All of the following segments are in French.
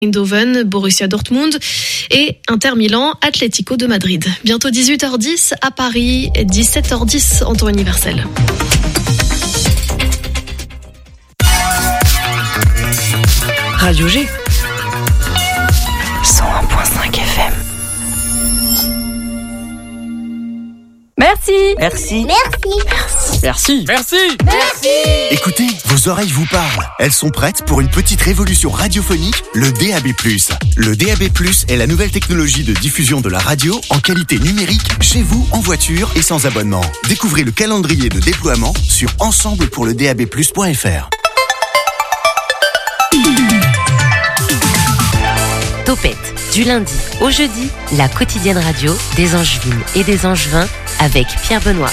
Eindhoven, Borussia Dortmund et Inter Milan, Atlético de Madrid. Bientôt 18h10 à Paris, 17h10 en temps universel. Radio G 101.5 FM. Merci. Merci. Merci. Merci. Merci. Merci. Écoutez, vos oreilles vous parlent. Elles sont prêtes pour une petite révolution radiophonique, le DAB+. Le DAB+, est la nouvelle technologie de diffusion de la radio en qualité numérique, chez vous, en voiture et sans abonnement. Découvrez le calendrier de déploiement sur ensemblepourledabplus.fr. Topette, du lundi au jeudi, la quotidienne radio des Angevines et des Angevins avec Pierre Benoît.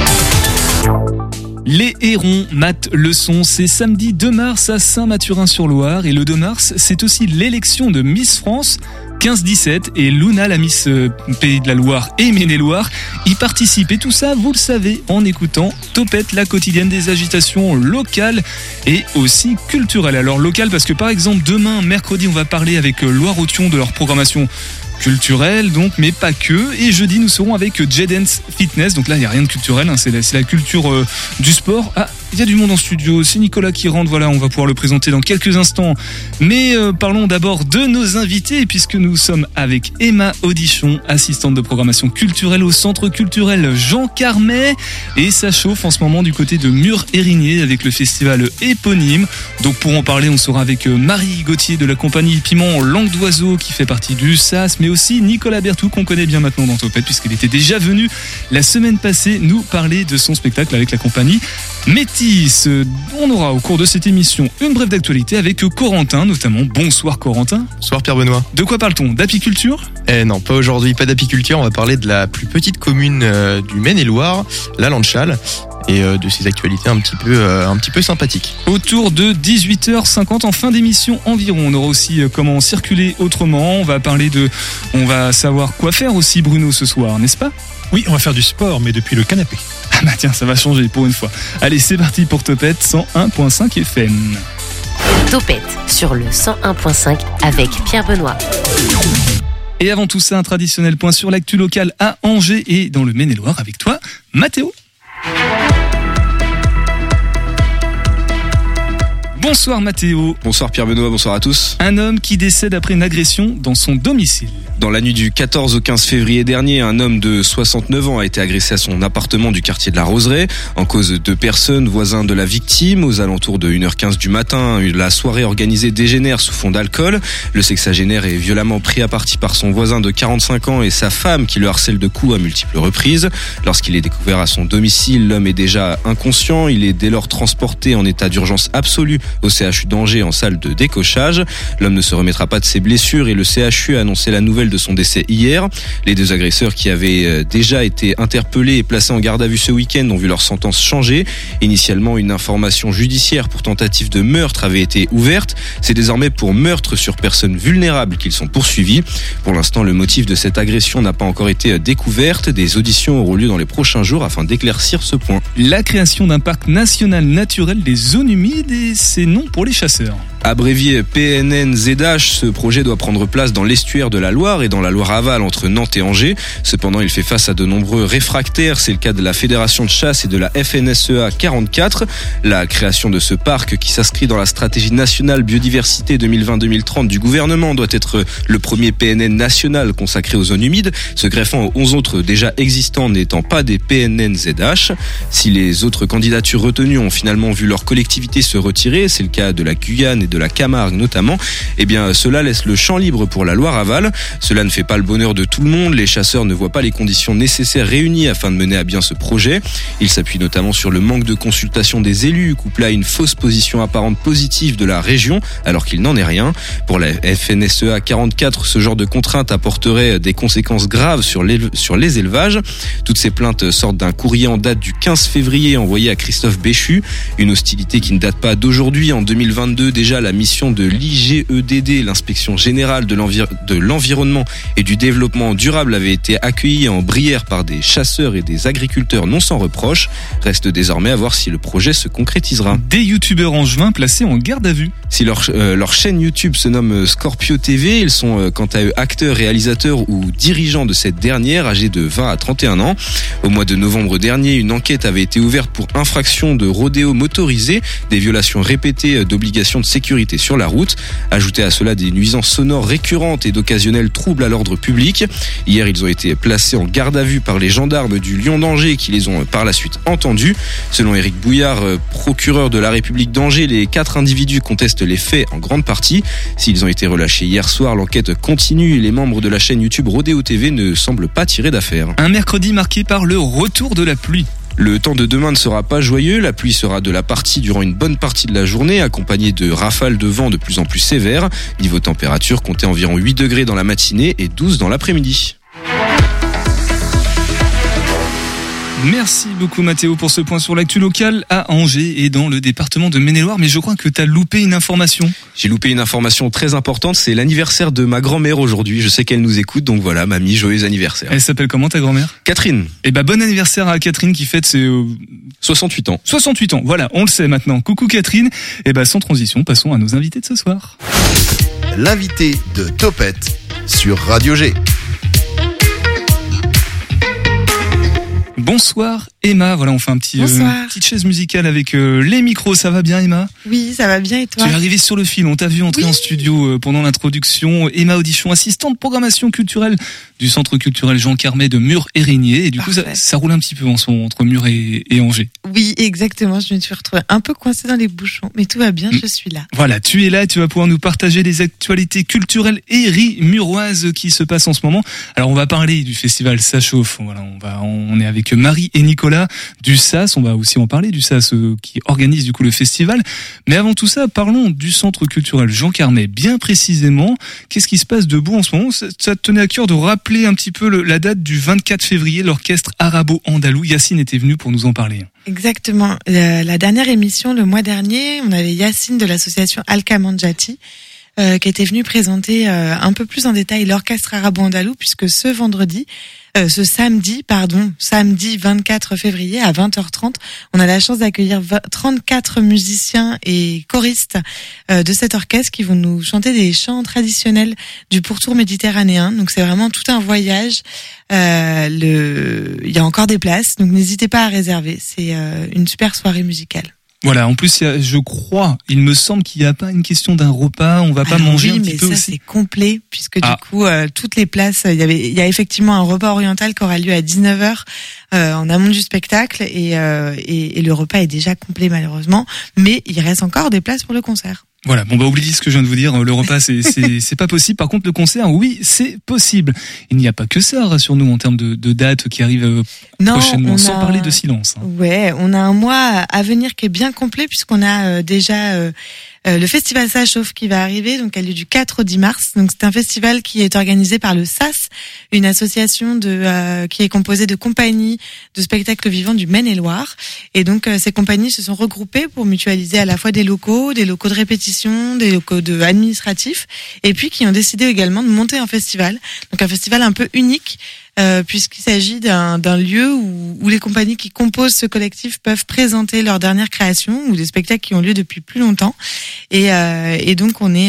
Les hérons matent le son, c'est samedi 2 mars à Saint-Mathurin-sur-Loire et le 2 mars, c'est aussi l'élection de Miss France 15-17 et Luna, la Miss Pays de la Loire et Maine-et-Loire, y participe. Et tout ça, vous le savez, en écoutant Topette, la quotidienne des agitations locales et aussi culturelles. Alors locales parce que par exemple demain, mercredi, on va parler avec Loire-Othion de leur programmation culturelle, donc, mais pas que. Et jeudi, nous serons avec J-Dance Fitness. Donc là, il n'y a rien de culturel, hein, c'est la culture du sport. Ah, il y a du monde en studio. C'est Nicolas qui rentre. Voilà, on va pouvoir le présenter dans quelques instants. Mais parlons d'abord de nos invités, puisque nous sommes avec Emma Audichon, assistante de programmation culturelle au Centre culturel Jean Carmet. Et ça chauffe en ce moment du côté de Mur-Érigné avec le festival éponyme. Donc pour en parler, on sera avec Marie Gauthier de la compagnie Piment Langue d'Oiseau qui fait partie du SAS, mais aussi Nicolas Berthou qu'on connaît bien maintenant dans Topette puisqu'il était déjà venu la semaine passée nous parler de son spectacle avec la compagnie Métis. On aura au cours de cette émission une brève d'actualité avec Corentin notamment. Bonsoir Corentin. Bonsoir Pierre Benoît. De quoi parle-t-on? D'apiculture? Non, pas aujourd'hui, pas d'apiculture. On va parler de la plus petite commune du Maine-et-Loire, la Landchal, et de ses actualités un petit peu sympathiques. Autour de 18h50 en fin d'émission environ. On aura aussi comment circuler autrement. On va savoir quoi faire aussi Bruno ce soir, n'est-ce pas? Oui, on va faire du sport, mais depuis le canapé. Ah bah tiens, ça va changer pour une fois. Allez, c'est parti pour Topette 101.5 FM. Topette sur le 101.5 avec Pierre Benoît. Et avant tout ça, un traditionnel point sur l'actu locale à Angers et dans le Maine-et-Loire avec toi, Mathéo. Bonsoir Mathéo. Bonsoir Pierre Benoît, bonsoir à tous. Un homme qui décède après une agression dans son domicile. Dans la nuit du 14 au 15 février dernier, un homme de 69 ans a été agressé à son appartement du quartier de la Roseraie. En cause, 2 personnes, voisins de la victime. Aux alentours de 1h15 du matin, la soirée organisée dégénère sous fond d'alcool. Le sexagénaire est violemment pris à partie par son voisin de 45 ans et sa femme qui le harcèle de coups à multiples reprises. Lorsqu'il est découvert à son domicile, l'homme est déjà inconscient. Il est dès lors transporté en état d'urgence absolue au CHU d'Angers en salle de décochage. L'homme ne se remettra pas de ses blessures et le CHU a annoncé la nouvelle de son décès hier. Les 2 agresseurs qui avaient déjà été interpellés et placés en garde à vue ce week-end ont vu leur sentence changer. Initialement, une information judiciaire pour tentative de meurtre avait été ouverte. C'est désormais pour meurtre sur personnes vulnérables qu'ils sont poursuivis. Pour l'instant, le motif de cette agression n'a pas encore été découverte. Des auditions auront lieu dans les prochains jours afin d'éclaircir ce point. La création d'un parc national naturel des zones humides et c'est non pour les chasseurs. Abrévié PNN-ZH, ce projet doit prendre place dans l'estuaire de la Loire et dans la Loire-Aval entre Nantes et Angers. Cependant, il fait face à de nombreux réfractaires. C'est le cas de la Fédération de chasse et de la FNSEA 44. La création de ce parc, qui s'inscrit dans la stratégie nationale biodiversité 2020-2030 du gouvernement, doit être le premier PNN national consacré aux zones humides, se greffant aux 11 autres déjà existants n'étant pas des PNN-ZH. Si les autres candidatures retenues ont finalement vu leur collectivité se retirer, c'est le cas de la Guyane et de la Camargue notamment, eh bien cela laisse le champ libre pour la Loire-Aval. Cela ne fait pas le bonheur de tout le monde. Les chasseurs ne voient pas les conditions nécessaires réunies afin de mener à bien ce projet. Ils s'appuient notamment sur le manque de consultation des élus, couplé à une fausse position apparente positive de la région, alors qu'il n'en est rien. Pour la FNSEA 44, ce genre de contrainte apporterait des conséquences graves sur les élevages. Toutes ces plaintes sortent d'un courrier en date du 15 février envoyé à Christophe Béchu. Une hostilité qui ne date pas d'aujourd'hui. En 2022, déjà, là, la mission de l'IGEDD, l'inspection générale de l'environnement et du développement durable, avait été accueillie en Brière par des chasseurs et des agriculteurs non sans reproche. Reste désormais à voir si le projet se concrétisera. Des youtubeurs angevins placés en garde à vue. Si leur chaîne YouTube se nomme Scorpio TV, ils sont quant à eux acteurs, réalisateurs ou dirigeants de cette dernière, âgés de 20 à 31 ans. Au mois de novembre dernier, une enquête avait été ouverte pour infraction de rodéo motorisé, des violations répétées d'obligations de sécurité sur la route. Ajoutez à cela des nuisances sonores récurrentes et d'occasionnels troubles à l'ordre public. Hier, ils ont été placés en garde à vue par les gendarmes du Lion d'Angers qui les ont par la suite entendus. Selon Éric Bouillard, procureur de la République d'Angers, les 4 individus contestent les faits en grande partie. S'ils ont été relâchés hier soir, l'enquête continue et les membres de la chaîne YouTube Rodéo TV ne semblent pas tirer d'affaire. Un mercredi marqué par le retour de la pluie. Le temps de demain ne sera pas joyeux, la pluie sera de la partie durant une bonne partie de la journée, accompagnée de rafales de vent de plus en plus sévères. Niveau température, comptez environ 8 degrés dans la matinée et 12 dans l'après-midi. Merci beaucoup Mathéo pour ce point sur l'actu locale à Angers et dans le département de Maine-et-Loire. Mais je crois que tu as loupé une information. J'ai loupé une information très importante, c'est l'anniversaire de ma grand-mère aujourd'hui. Je sais qu'elle nous écoute, donc voilà, mamie, joyeux anniversaire. Elle s'appelle comment ta grand-mère ? Catherine. Eh ben bon anniversaire à Catherine qui fête ses 68 ans. 68 ans, voilà, on le sait maintenant. Coucou Catherine. Eh ben sans transition, passons à nos invités de ce soir. L'invité de Topette sur Radio G. Bonsoir Emma, voilà on fait un petit petite chaise musicale avec les micros, ça va bien Emma ? Oui, ça va bien et toi ? Tu es arrivée sur le fil, on t'a vu entrer en studio pendant l'introduction. Emma Audichon, assistante de programmation culturelle du Centre culturel Jean Carmet de Mur-Érigné. Et du coup ça roule un petit peu en ce moment entre Mur et Angers. Oui, exactement, je me suis retrouvée un peu coincée dans les bouchons, mais tout va bien, je suis là. Voilà, tu es là, tu vas pouvoir nous partager les actualités culturelles et muroises qui se passent en ce moment. Alors on va parler du festival Ça Chauffe, voilà, on est avec Marie et Nicolas du SAS, on va aussi en parler du SAS qui organise du coup le festival. Mais avant tout ça, parlons du Centre culturel Jean Carmet, bien précisément. Qu'est-ce qui se passe de beau en ce moment ? Ça te tenait à cœur de rappeler un petit peu la date du 24 février, l'orchestre arabo-andalou. Yacine était venu pour nous en parler. Exactement. La dernière émission, le mois dernier, on avait Yacine de l'association Al-Kamanjati qui était venu présenter un peu plus en détail l'orchestre arabo-andalou, puisque ce samedi 24 février à 20h30, on a la chance d'accueillir 34 musiciens et choristes de cet orchestre qui vont nous chanter des chants traditionnels du pourtour méditerranéen. Donc c'est vraiment tout un voyage. Il y a encore des places, donc n'hésitez pas à réserver. C'est une super soirée musicale. Voilà, en plus, il me semble qu'il n'y a pas une question d'un repas, on va pas manger un petit peu aussi. Oui, mais ça c'est complet, puisque du coup, toutes les places, il y a effectivement un repas oriental qui aura lieu à 19h en amont du spectacle, et le repas est déjà complet malheureusement, mais il reste encore des places pour le concert. Voilà, oubliez ce que je viens de vous dire, le repas c'est pas possible. Par contre le concert, oui, c'est possible. Il n'y a pas que ça, rassure-nous, en termes de dates qui arrivent prochainement, sans parler de silence. Ouais, on a un mois à venir qui est bien complet, puisqu'on a déjà le festival Ça Chauffe qui va arriver, donc elle est du 4 au 10 mars. Donc c'est un festival qui est organisé par le SAS, une association qui est composée de compagnies de spectacles vivants du Maine-et-Loire. Et donc ces compagnies se sont regroupées pour mutualiser à la fois des locaux de répétition, des locaux administratifs, et puis qui ont décidé également de monter un festival. Donc un festival un peu unique, puisqu'il s'agit d'un lieu où les compagnies qui composent ce collectif peuvent présenter leurs dernières créations ou des spectacles qui ont lieu depuis plus longtemps. Et donc on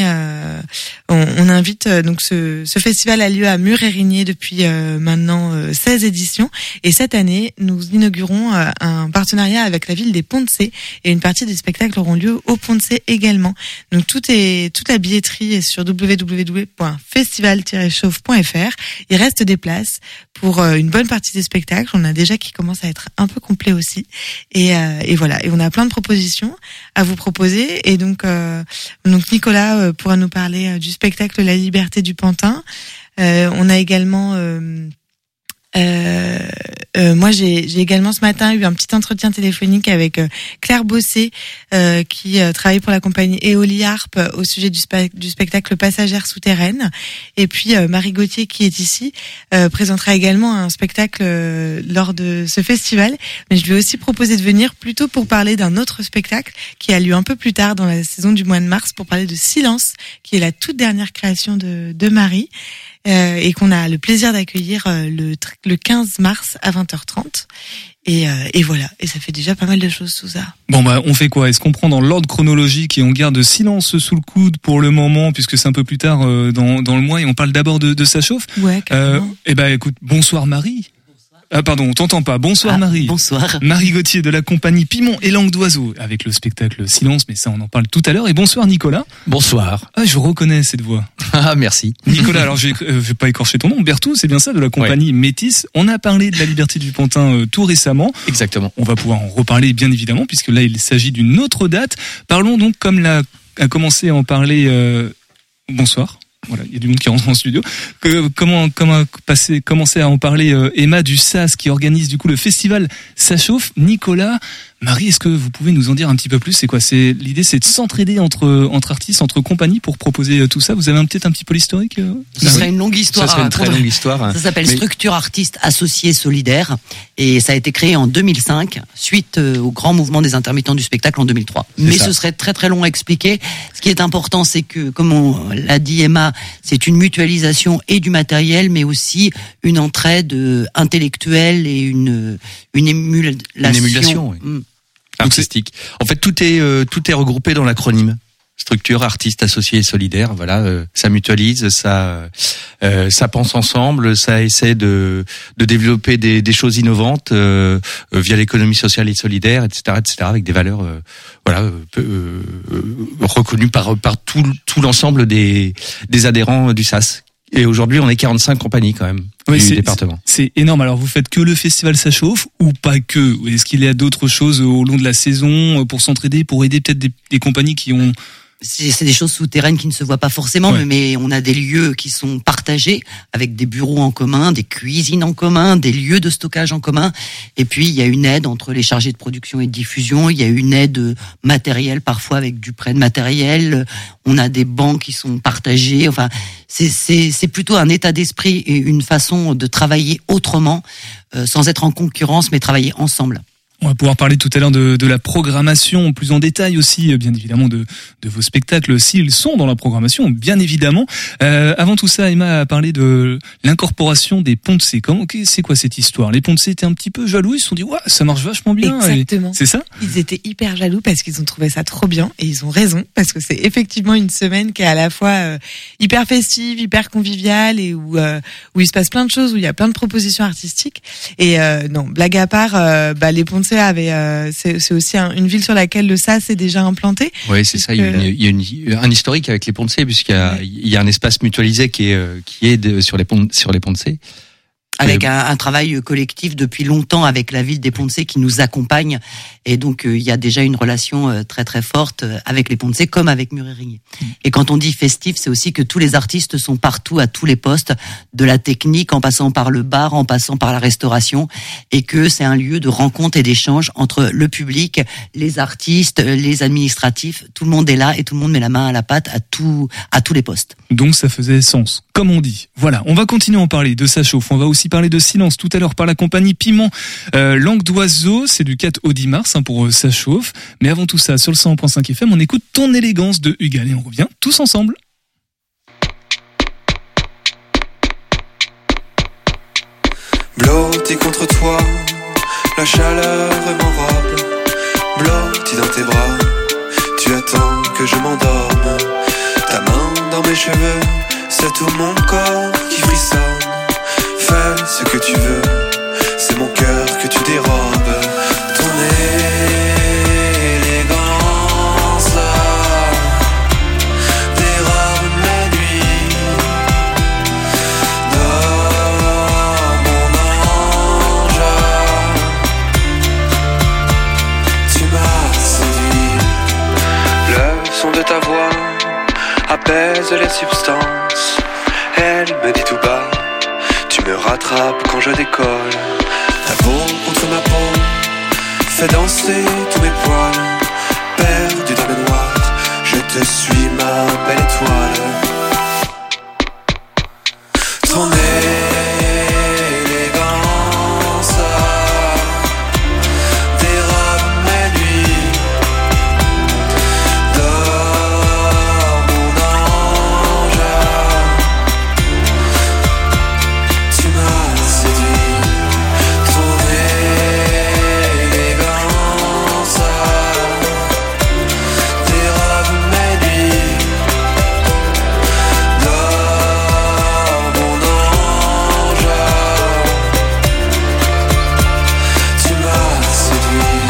invite donc ce festival a lieu à Mur-Érigné depuis maintenant 16 éditions, et cette année nous inaugurons un partenariat avec la ville des Ponts-de-Cé, et une partie des spectacles auront lieu au Ponts-de-Cé également. Donc toute la billetterie est sur www.festival-chauffe.fr. Il reste des places pour une bonne partie des spectacles. On a déjà qui commence à être un peu complet aussi. Et voilà. Et on a plein de propositions à vous proposer. Et donc Nicolas pourra nous parler du spectacle La Liberté du Pantin. On a également Moi, j'ai également ce matin eu un petit entretien téléphonique avec Claire Bossé, qui travaille pour la compagnie Éoliarp au sujet du spectacle Passagère souterraine. Et puis Marie Gauthier, qui est ici, présentera également un spectacle lors de ce festival. Mais je lui ai aussi proposé de venir plutôt pour parler d'un autre spectacle qui a lieu un peu plus tard dans la saison du mois de mars, pour parler de Silence, qui est la toute dernière création de Marie. Et qu'on a le plaisir d'accueillir le 15 mars à 20h30. Et voilà, et ça fait déjà pas mal de choses tout ça. Bon on fait quoi ? Est-ce qu'on prend dans l'ordre chronologique et on garde Silence sous le coude pour le moment, puisque c'est un peu plus tard dans le mois, et on parle d'abord de Ça chauffe ? Ouais, carrément. Écoute, bonsoir Marie. Ah pardon, on t'entend pas. Bonsoir Marie. Bonsoir. Marie Gauthier de la compagnie Piment et Langue d'Oiseau, avec le spectacle Silence, mais ça on en parle tout à l'heure. Et bonsoir Nicolas. Bonsoir. Ah, je reconnais cette voix. Ah, merci. Nicolas, alors je vais pas écorcher ton nom, Bertou, c'est bien ça, de la compagnie Métis. On a parlé de la liberté du Pantin tout récemment. Exactement. On va pouvoir en reparler bien évidemment, puisque là il s'agit d'une autre date. Parlons donc, comme a commencé à en parler, bonsoir. Voilà, il y a du monde qui rentre en studio. Comment commencer à en parler Emma du SAS, qui organise du coup le festival Ça chauffe. Nicolas, Marie, est-ce que vous pouvez nous en dire un petit peu plus ? C'est quoi ? L'idée, c'est de s'entraider entre artistes, entre compagnies pour proposer tout ça. Vous avez peut-être un petit peu l'historique Ce serait une longue histoire. Ça serait une très longue histoire. Ça s'appelle Structure Artistes Associés Solidaires, et ça a été créé en 2005 suite au grand mouvement des intermittents du spectacle en 2003. Mais ce serait très très long à expliquer. Ce qui est important, c'est que, comme on l'a dit Emma, c'est une mutualisation et du matériel, mais aussi une entraide intellectuelle et une émulation. Une émulation, oui. Artistique. En fait, tout est regroupé dans l'acronyme Structure Artistes Associés et Solidaires. Voilà, ça mutualise, ça pense ensemble, ça essaie de développer des choses innovantes via l'économie sociale et solidaire, etc., avec des valeurs reconnues par tout l'ensemble des adhérents du SAS. Et aujourd'hui, on est 45 compagnies quand même du département. C'est énorme. Alors, vous faites que le festival Ça chauffe ou pas que ? Est-ce qu'il y a d'autres choses au long de la saison pour s'entraider, pour aider peut-être des compagnies qui ont... C'est des choses souterraines qui ne se voient pas forcément, mais on a des lieux qui sont partagés avec des bureaux en commun, des cuisines en commun, des lieux de stockage en commun. Et puis, il y a une aide entre les chargés de production et de diffusion. Il y a une aide matérielle, parfois avec du prêt de matériel. On a des bancs qui sont partagés. Enfin, c'est plutôt un état d'esprit et une façon de travailler autrement, sans être en concurrence, mais travailler ensemble. On va pouvoir parler tout à l'heure de la programmation plus en détail aussi, bien évidemment, de vos spectacles, s'ils sont dans la programmation, bien évidemment. Avant tout ça, Emma a parlé de l'incorporation des Poncé. C'est quoi cette histoire ? Les Poncé étaient un petit peu jaloux, ils se sont dit, ouais, ça marche vachement bien. Exactement. C'est ça ? Ils étaient hyper jaloux parce qu'ils ont trouvé ça trop bien, et ils ont raison, parce que c'est effectivement une semaine qui est à la fois hyper festive, hyper conviviale, et où il se passe plein de choses, où il y a plein de propositions artistiques. Et non, blague à part, les Poncé c'est aussi une ville sur laquelle le SAS est déjà implanté. Oui, c'est ça. Il y a un historique avec les Poncé, puisqu'il y a un espace mutualisé qui est sur les Poncé. Avec un travail collectif depuis longtemps avec la ville des Poncé qui nous accompagne, et donc il y a déjà une relation très très forte avec les Poncé comme avec Murérigné. Et quand on dit festif, c'est aussi que tous les artistes sont partout à tous les postes, de la technique en passant par le bar, en passant par la restauration, et que c'est un lieu de rencontre et d'échange entre le public, les artistes, les administratifs. Tout le monde est là et tout le monde met la main à la pâte à tous les postes. Donc ça faisait sens, comme on dit. Voilà, on va continuer à en parler de Ça chauffe. On va aussi parler de Silence tout à l'heure par la compagnie Piment. Langue d'Oiseau, c'est du 4 au 10 mars pour Ça chauffe. Mais avant tout ça, sur le 100.5 FM, on écoute Ton élégance de Hugal et on revient tous ensemble. Blotti contre toi, la chaleur m'enrobe. Blotti dans tes bras, tu attends que je m'endorme. Ta main dans mes cheveux, c'est tout mon corps qui frissonne. Fais ce que tu veux, c'est mon cœur que tu dérobes. Ton élégance dérobe mes nuits. Dors mon ange, tu m'as séduit. Le son de ta voix apaise les substances. Elle me dit tout bas, tu me rates rattrape quand je décolle. Ta peau contre ma peau fait danser tous mes poils. Perdu dans le noir, je te suis ma belle étoile. Ton élégance dérobe mes nuits. Dors mon ange, tu m'as séduit. Ton élégance dérobe mes nuits. Dors mon ange, tu m'as séduit.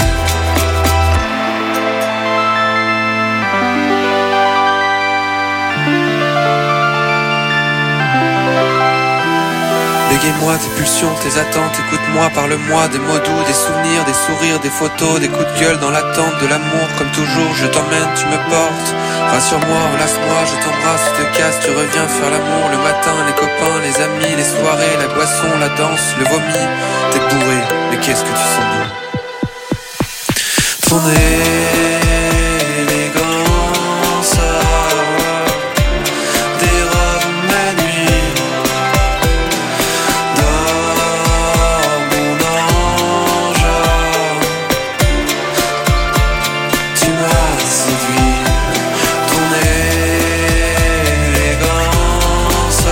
Bégaye-moi tes pulsions, tes attentes, écoute-moi, parle-moi des mots doux, des souvenirs, des sourires, des photos, des coups de gueule dans l'attente de l'amour. Comme toujours, je t'emmène, tu me portes. Rassure-moi, relâche-moi, je t'embrasse, tu te casses, tu reviens faire l'amour le matin, les copains, les amis, les soirées, la boisson, la danse, le vomi. T'es bourré, mais qu'est-ce que tu sens bon. Ton élégance dérobe mes nuits. Dors mon ange, tu m'as séduit. Ton élégance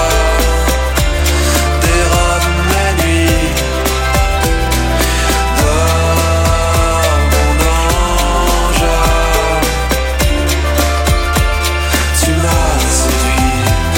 dérobe mes nuits. Dors mon ange, tu m'as séduit.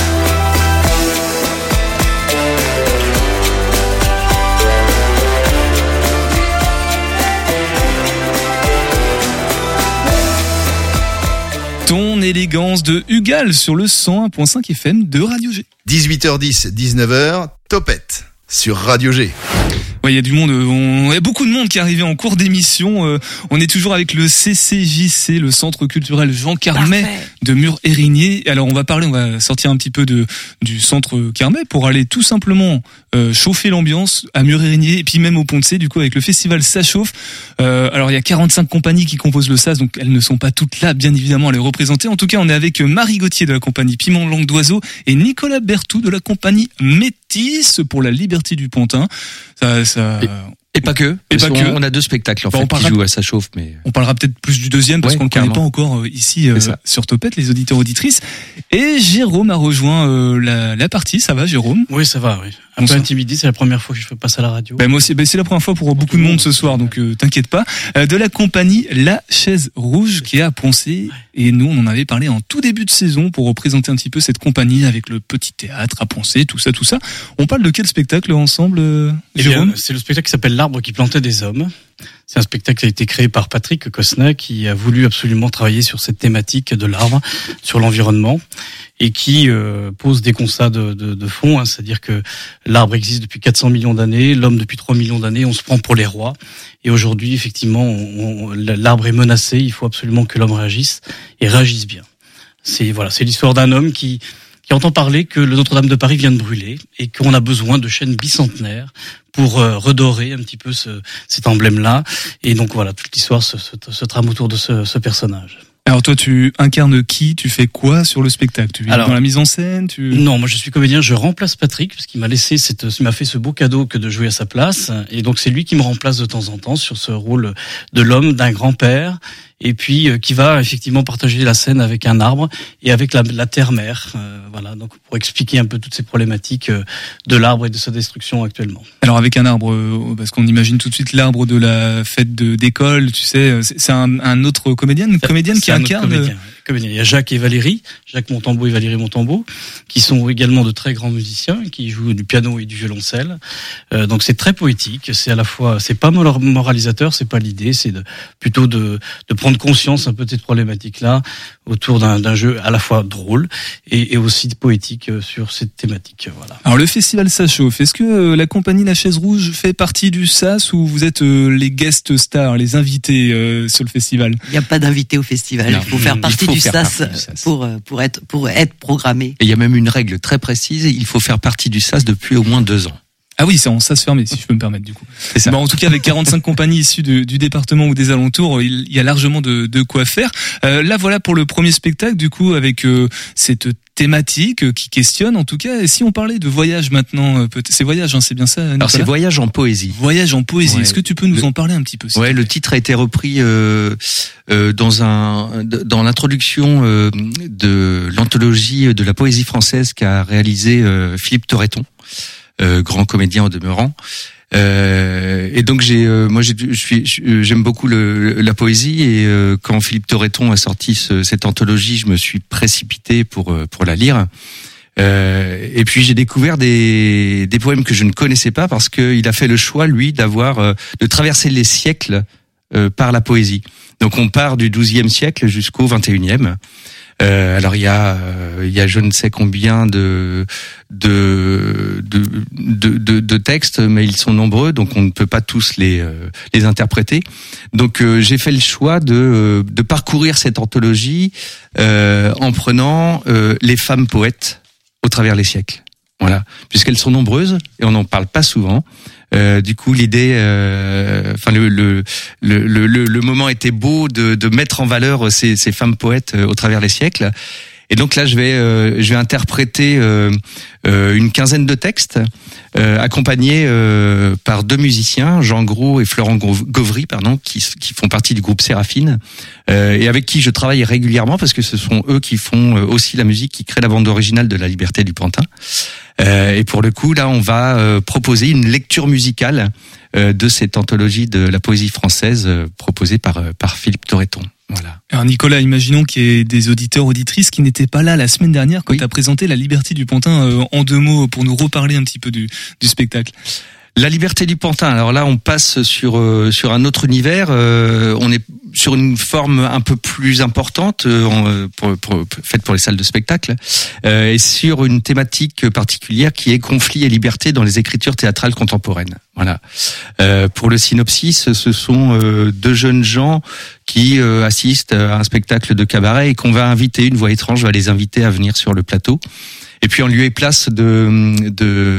Ton élégance de Hugal sur le 101.5 FM de Radio G. 18h10, 19h, Topette sur Radio G. Ouais, il y a du monde, il y a beaucoup de monde qui est arrivé en cours d'émission. On est toujours avec le CCJC, le Centre culturel Jean Carmet de Mur-Érigné. Alors on va sortir un petit peu du Centre Carmet pour aller tout simplement chauffer l'ambiance à Mur-Érigné et puis même au Pont-de-Cé, du coup avec le festival Ça Chauffe. Alors il y a 45 compagnies qui composent le SAS, donc elles ne sont pas toutes là, bien évidemment, à les représenter. En tout cas, on est avec Marie Gauthier de la compagnie Piment Langue d'Oiseau et Nicolas Berthou de la compagnie Métis pour la Liberté du Pontin. Et pas que. On a deux spectacles qui jouent à Ça Chauffe, mais on parlera peut-être plus du deuxième parce qu'on ne connaît pas encore ici sur Topette, les auditeurs auditrices. Et Jérôme a rejoint la partie. Ça va, Jérôme? Oui, ça va. Oui. Un peu intimidé, c'est la première fois que je fais passer à la radio. Moi aussi, c'est la première fois pour beaucoup de monde ce soir, donc t'inquiète pas. De la compagnie La Chaise Rouge qui est à Poncé, et nous on en avait parlé en tout début de saison pour représenter un petit peu cette compagnie avec le petit théâtre à Poncé, tout ça. On parle de quel spectacle ensemble, Jérôme? C'est le spectacle qui s'appelle L'Arbre qui plantait des hommes. C'est un spectacle qui a été créé par Patrick Cosna, qui a voulu absolument travailler sur cette thématique de l'arbre, sur l'environnement, et qui pose des constats de fond, c'est-à-dire que l'arbre existe depuis 400 millions d'années, l'homme depuis 3 millions d'années, on se prend pour les rois, et aujourd'hui, effectivement, l'arbre est menacé, il faut absolument que l'homme réagisse, et réagisse bien. C'est l'histoire d'un homme qui entend parler que le Notre-Dame de Paris vient de brûler et qu'on a besoin de chaînes bicentenaires pour redorer un petit peu cet emblème-là. Et donc voilà, toute l'histoire se trame autour de ce personnage. Alors toi, tu incarnes qui? Tu fais quoi sur le spectacle? Tu vis dans la mise en scène? Non, moi je suis comédien, je remplace Patrick parce qu'il m'a laissé il m'a fait ce beau cadeau que de jouer à sa place, et donc c'est lui qui me remplace de temps en temps sur ce rôle de l'homme, d'un grand-père, et puis qui va effectivement partager la scène avec un arbre et avec la terre-mère, donc pour expliquer un peu toutes ces problématiques de l'arbre et de sa destruction actuellement. Alors avec un arbre, parce qu'on imagine tout de suite l'arbre de la fête d'école, tu sais, c'est un autre comédienne qui incarne. Il y a Jacques et Valérie, Jacques Montambeau et Valérie Montambeau, qui sont également de très grands musiciens, qui jouent du piano et du violoncelle. Donc c'est très poétique. C'est à la fois, c'est pas moralisateur, c'est pas l'idée, c'est plutôt de prendre conscience un peu de cette problématique-là autour d'un jeu à la fois drôle et aussi poétique sur cette thématique. Voilà. Alors le festival Ça Chauffe, est-ce que la compagnie La Chaise Rouge fait partie du SAS ou vous êtes les guest stars, les invités sur le festival? Il n'y a pas d'invités au festival. Non, il faut faire partie du SAS pour être programmé. Et il y a même une règle très précise, il faut faire partie du SAS depuis au moins 2 ans. Ah oui, c'est en sas fermé, si je peux me permettre, du coup. C'est ça. Bon, en tout cas, avec 45 compagnies issues du département ou des alentours, il y a largement de quoi faire. Là, voilà pour le premier spectacle, du coup, avec cette thématique qui questionne, en tout cas. Et si on parlait de voyage maintenant, c'est voyage, hein, c'est bien ça, Nicolas ? Alors c'est voyage en poésie. Voyage en poésie. Ouais. Est-ce que tu peux nous en parler un petit peu ? Ouais, le titre a été repris dans l'introduction de l'anthologie de la poésie française qu'a réalisé Philippe Torreton, grand comédien au demeurant. Et donc j'aime beaucoup la poésie, et quand Philippe Torreton a sorti cette anthologie, je me suis précipité pour la lire. Et puis j'ai découvert des poèmes que je ne connaissais pas, parce qu'il a fait le choix, lui, de traverser les siècles par la poésie. Donc on part du XIIe siècle jusqu'au XXIe. Alors il y a je ne sais combien de textes, mais ils sont nombreux, donc on ne peut pas tous les interpréter. Donc j'ai fait le choix de parcourir cette anthologie en prenant les femmes poètes au travers les siècles. Voilà, puisqu'elles sont nombreuses et on n'en parle pas souvent. Du coup, l'idée, le moment était beau de mettre en valeur ces femmes poètes au travers les siècles. Et donc là, je vais interpréter une quinzaine de textes, accompagnés par deux musiciens, Jean Gros et Florent Gauvry, qui font partie du groupe Séraphine, et avec qui je travaille régulièrement, parce que ce sont eux qui font aussi la musique, qui créent la bande originale de La Liberté du Pantin. Et pour le coup, là, on va proposer une lecture musicale de cette anthologie de la poésie française proposée par Philippe Torreton. Voilà. Alors Nicolas, imaginons qu'il y ait des auditeurs, auditrices qui n'étaient pas là la semaine dernière quand tu as présenté La Liberté du Pantin, en deux mots, pour nous reparler un petit peu du spectacle. La Liberté du Pantin. Alors là, on passe sur un autre univers. On est sur une forme un peu plus importante, faite pour les salles de spectacle, et sur une thématique particulière qui est conflit et liberté dans les écritures théâtrales contemporaines. Voilà. Pour le synopsis, ce sont deux jeunes gens qui assistent à un spectacle de cabaret et qu'on va inviter, une voix étrange va les inviter à venir sur le plateau. Et puis en lieu et place du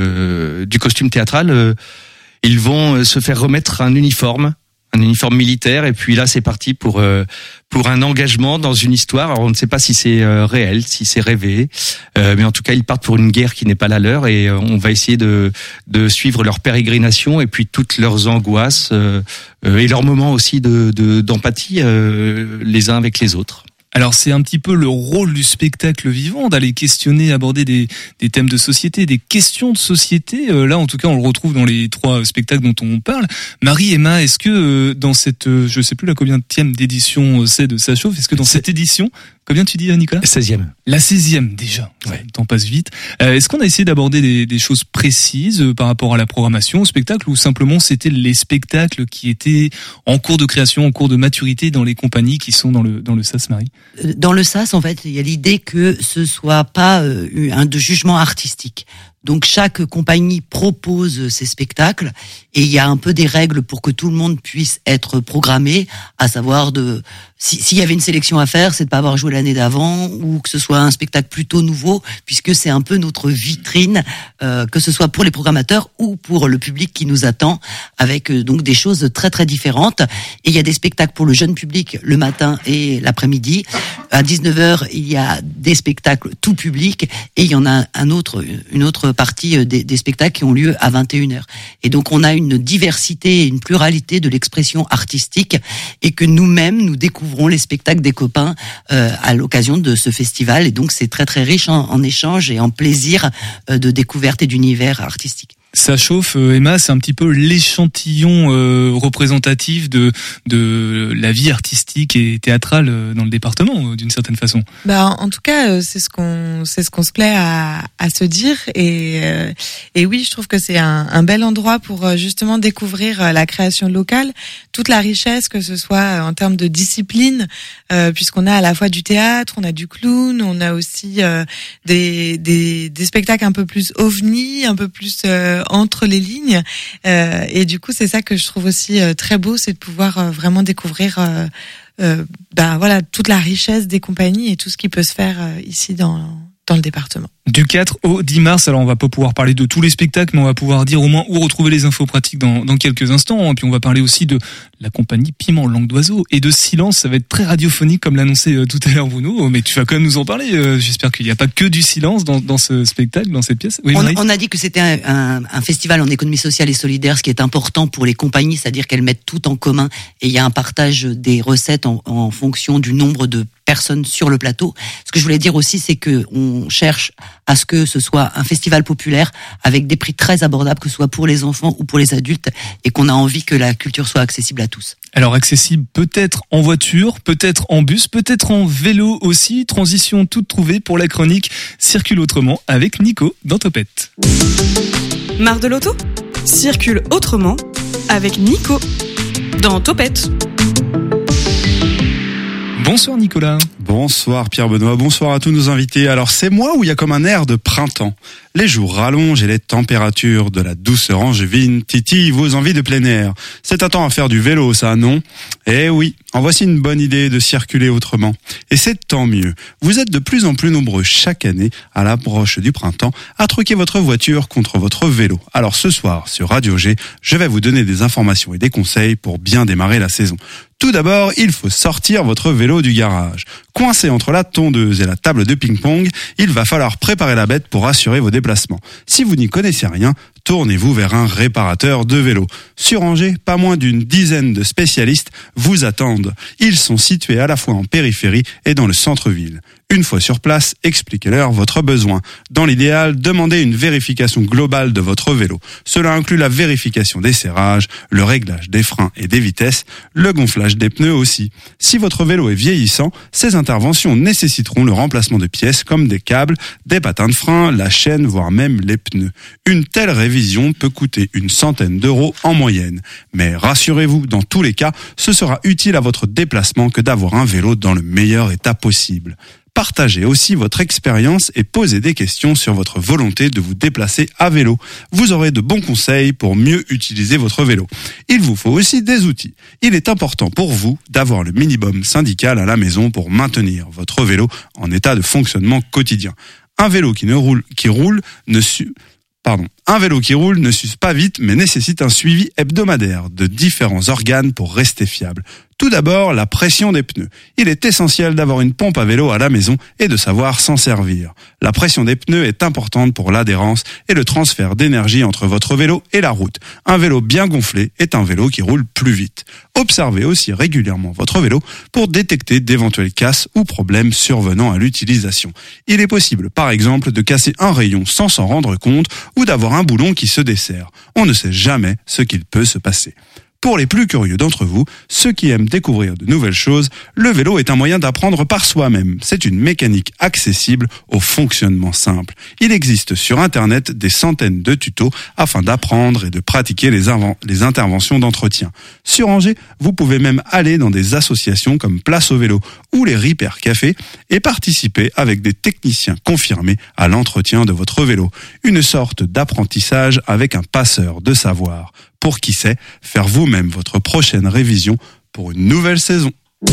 costume théâtral, ils vont se faire remettre un uniforme militaire, et puis là c'est parti pour un engagement dans une histoire. Alors on ne sait pas si c'est réel, si c'est rêvé, mais en tout cas ils partent pour une guerre qui n'est pas la leur, et on va essayer de suivre leur pérégrination et puis toutes leurs angoisses et leurs moments aussi d'empathie les uns avec les autres. Alors c'est un petit peu le rôle du spectacle vivant, d'aller questionner, aborder des thèmes de société, des questions de société. Là, en tout cas, on le retrouve dans les trois spectacles dont on parle. Marie, Emma, est-ce que dans cette, je sais plus la combienième d'édition c'est de Ça chauffe, est-ce que dans cette édition, combien tu dis, Nicolas ? 16e. La 16e déjà. Ouais. Le temps passe vite. Est-ce qu'on a essayé d'aborder des choses précises par rapport à la programmation, au spectacle, ou simplement c'était les spectacles qui étaient en cours de création, en cours de maturité dans les compagnies qui sont dans le SAS, Marie ? Dans le SAS, en fait, il y a l'idée que ce soit pas un jugement artistique. Donc chaque compagnie propose ses spectacles, et il y a un peu des règles pour que tout le monde puisse être programmé, à savoir s'il y avait une sélection à faire, c'est de pas avoir joué l'année d'avant, ou que ce soit un spectacle plutôt nouveau, puisque c'est un peu notre vitrine, que ce soit pour les programmateurs ou pour le public qui nous attend, avec donc des choses très très différentes. Et il y a des spectacles pour le jeune public le matin et l'après-midi. À 19h, il y a des spectacles tout public, et il y en a une autre partie des spectacles qui ont lieu à 21h. Et donc on a une diversité et une pluralité de l'expression artistique, et que nous-mêmes nous découvrons les spectacles des copains à l'occasion de ce festival, et donc c'est très très riche en échanges et en plaisir de découverte et d'univers artistique. Ça chauffe, Emma, c'est un petit peu l'échantillon représentatif de la vie artistique et théâtrale dans le département, d'une certaine façon. En tout cas, c'est ce qu'on se plaît à se dire, et oui, je trouve que c'est un bel endroit pour justement découvrir la création locale, toute la richesse, que ce soit en termes de discipline, puisqu'on a à la fois du théâtre, on a du clown, on a aussi des spectacles un peu plus ovni, un peu plus entre les lignes, et du coup c'est ça que je trouve aussi très beau, c'est de pouvoir vraiment découvrir toute la richesse des compagnies et tout ce qui peut se faire ici dans dans le département. Du 4 au 10 mars, alors on va pas pouvoir parler de tous les spectacles, mais on va pouvoir dire au moins où retrouver les infos pratiques dans quelques instants. Et puis on va parler aussi de la compagnie Piment Langue d'Oiseau et de Silence. Ça va être très radiophonique comme l'annonçait tout à l'heure Bruno, mais tu vas quand même nous en parler. J'espère qu'il n'y a pas que du silence dans ce spectacle, dans cette pièce. Oui, on a dit que c'était un festival en économie sociale et solidaire, ce qui est important pour les compagnies, c'est-à-dire qu'elles mettent tout en commun et il y a un partage des recettes en fonction du nombre de personnes sur le plateau. Ce que je voulais dire aussi, c'est que on cherche à ce que ce soit un festival populaire avec des prix très abordables, que ce soit pour les enfants ou pour les adultes, et qu'on a envie que la culture soit accessible à tous. Alors accessible peut-être en voiture, peut-être en bus, peut-être en vélo aussi. Transition toute trouvée pour la chronique Circule autrement avec Nico dans Topette. Marre de l'auto ? Circule autrement avec Nico dans Topette. Bonsoir Nicolas. Bonsoir Pierre-Benoît, bonsoir à tous nos invités. Alors c'est moi où il y a comme un air de printemps. Les jours rallongent et les températures de la douceur angevine titillent vos envies de plein air. C'est un temps à faire du vélo, ça, non ? Eh oui, en voici une bonne idée de circuler autrement. Et c'est tant mieux. Vous êtes de plus en plus nombreux chaque année, à l'approche du printemps, à truquer votre voiture contre votre vélo. Alors ce soir, sur Radio G, je vais vous donner des informations et des conseils pour bien démarrer la saison. Tout d'abord, il faut sortir votre vélo du garage. Coincé entre la tondeuse et la table de ping-pong, il va falloir préparer la bête pour assurer vos déplacements. Si vous n'y connaissez rien, tournez-vous vers un réparateur de vélo. Sur Angers, pas moins d'une dizaine de spécialistes vous attendent. Ils sont situés à la fois en périphérie et dans le centre-ville. Une fois sur place, expliquez-leur votre besoin. Dans l'idéal, demandez une vérification globale de votre vélo. Cela inclut la vérification des serrages, le réglage des freins et des vitesses, le gonflage des pneus aussi. Si votre vélo est vieillissant, ces interventions nécessiteront le remplacement de pièces comme des câbles, des patins de frein, la chaîne, voire même les pneus. Une telle révision peut coûter une centaine d'euros en moyenne. Mais rassurez-vous, dans tous les cas, ce sera utile à votre déplacement que d'avoir un vélo dans le meilleur état possible. Partagez aussi votre expérience et posez des questions sur votre volonté de vous déplacer à vélo. Vous aurez de bons conseils pour mieux utiliser votre vélo. Il vous faut aussi des outils. Il est important pour vous d'avoir le minimum syndical à la maison pour maintenir votre vélo en état de fonctionnement quotidien. Un vélo qui roule ne s'use pas vite mais nécessite un suivi hebdomadaire de différents organes pour rester fiable. Tout d'abord, la pression des pneus. Il est essentiel d'avoir une pompe à vélo à la maison et de savoir s'en servir. La pression des pneus est importante pour l'adhérence et le transfert d'énergie entre votre vélo et la route. Un vélo bien gonflé est un vélo qui roule plus vite. Observez aussi régulièrement votre vélo pour détecter d'éventuelles casses ou problèmes survenant à l'utilisation. Il est possible, par exemple, de casser un rayon sans s'en rendre compte ou d'avoir un boulon qui se desserre. On ne sait jamais ce qu'il peut se passer. Pour les plus curieux d'entre vous, ceux qui aiment découvrir de nouvelles choses, le vélo est un moyen d'apprendre par soi-même. C'est une mécanique accessible au fonctionnement simple. Il existe sur Internet des centaines de tutos afin d'apprendre et de pratiquer les interventions d'entretien. Sur Angers, vous pouvez même aller dans des associations comme Place au vélo ou les Repair Café et participer avec des techniciens confirmés à l'entretien de votre vélo. Une sorte d'apprentissage avec un passeur de savoir. Pour qui sait, faire vous-même votre prochaine révision pour une nouvelle saison.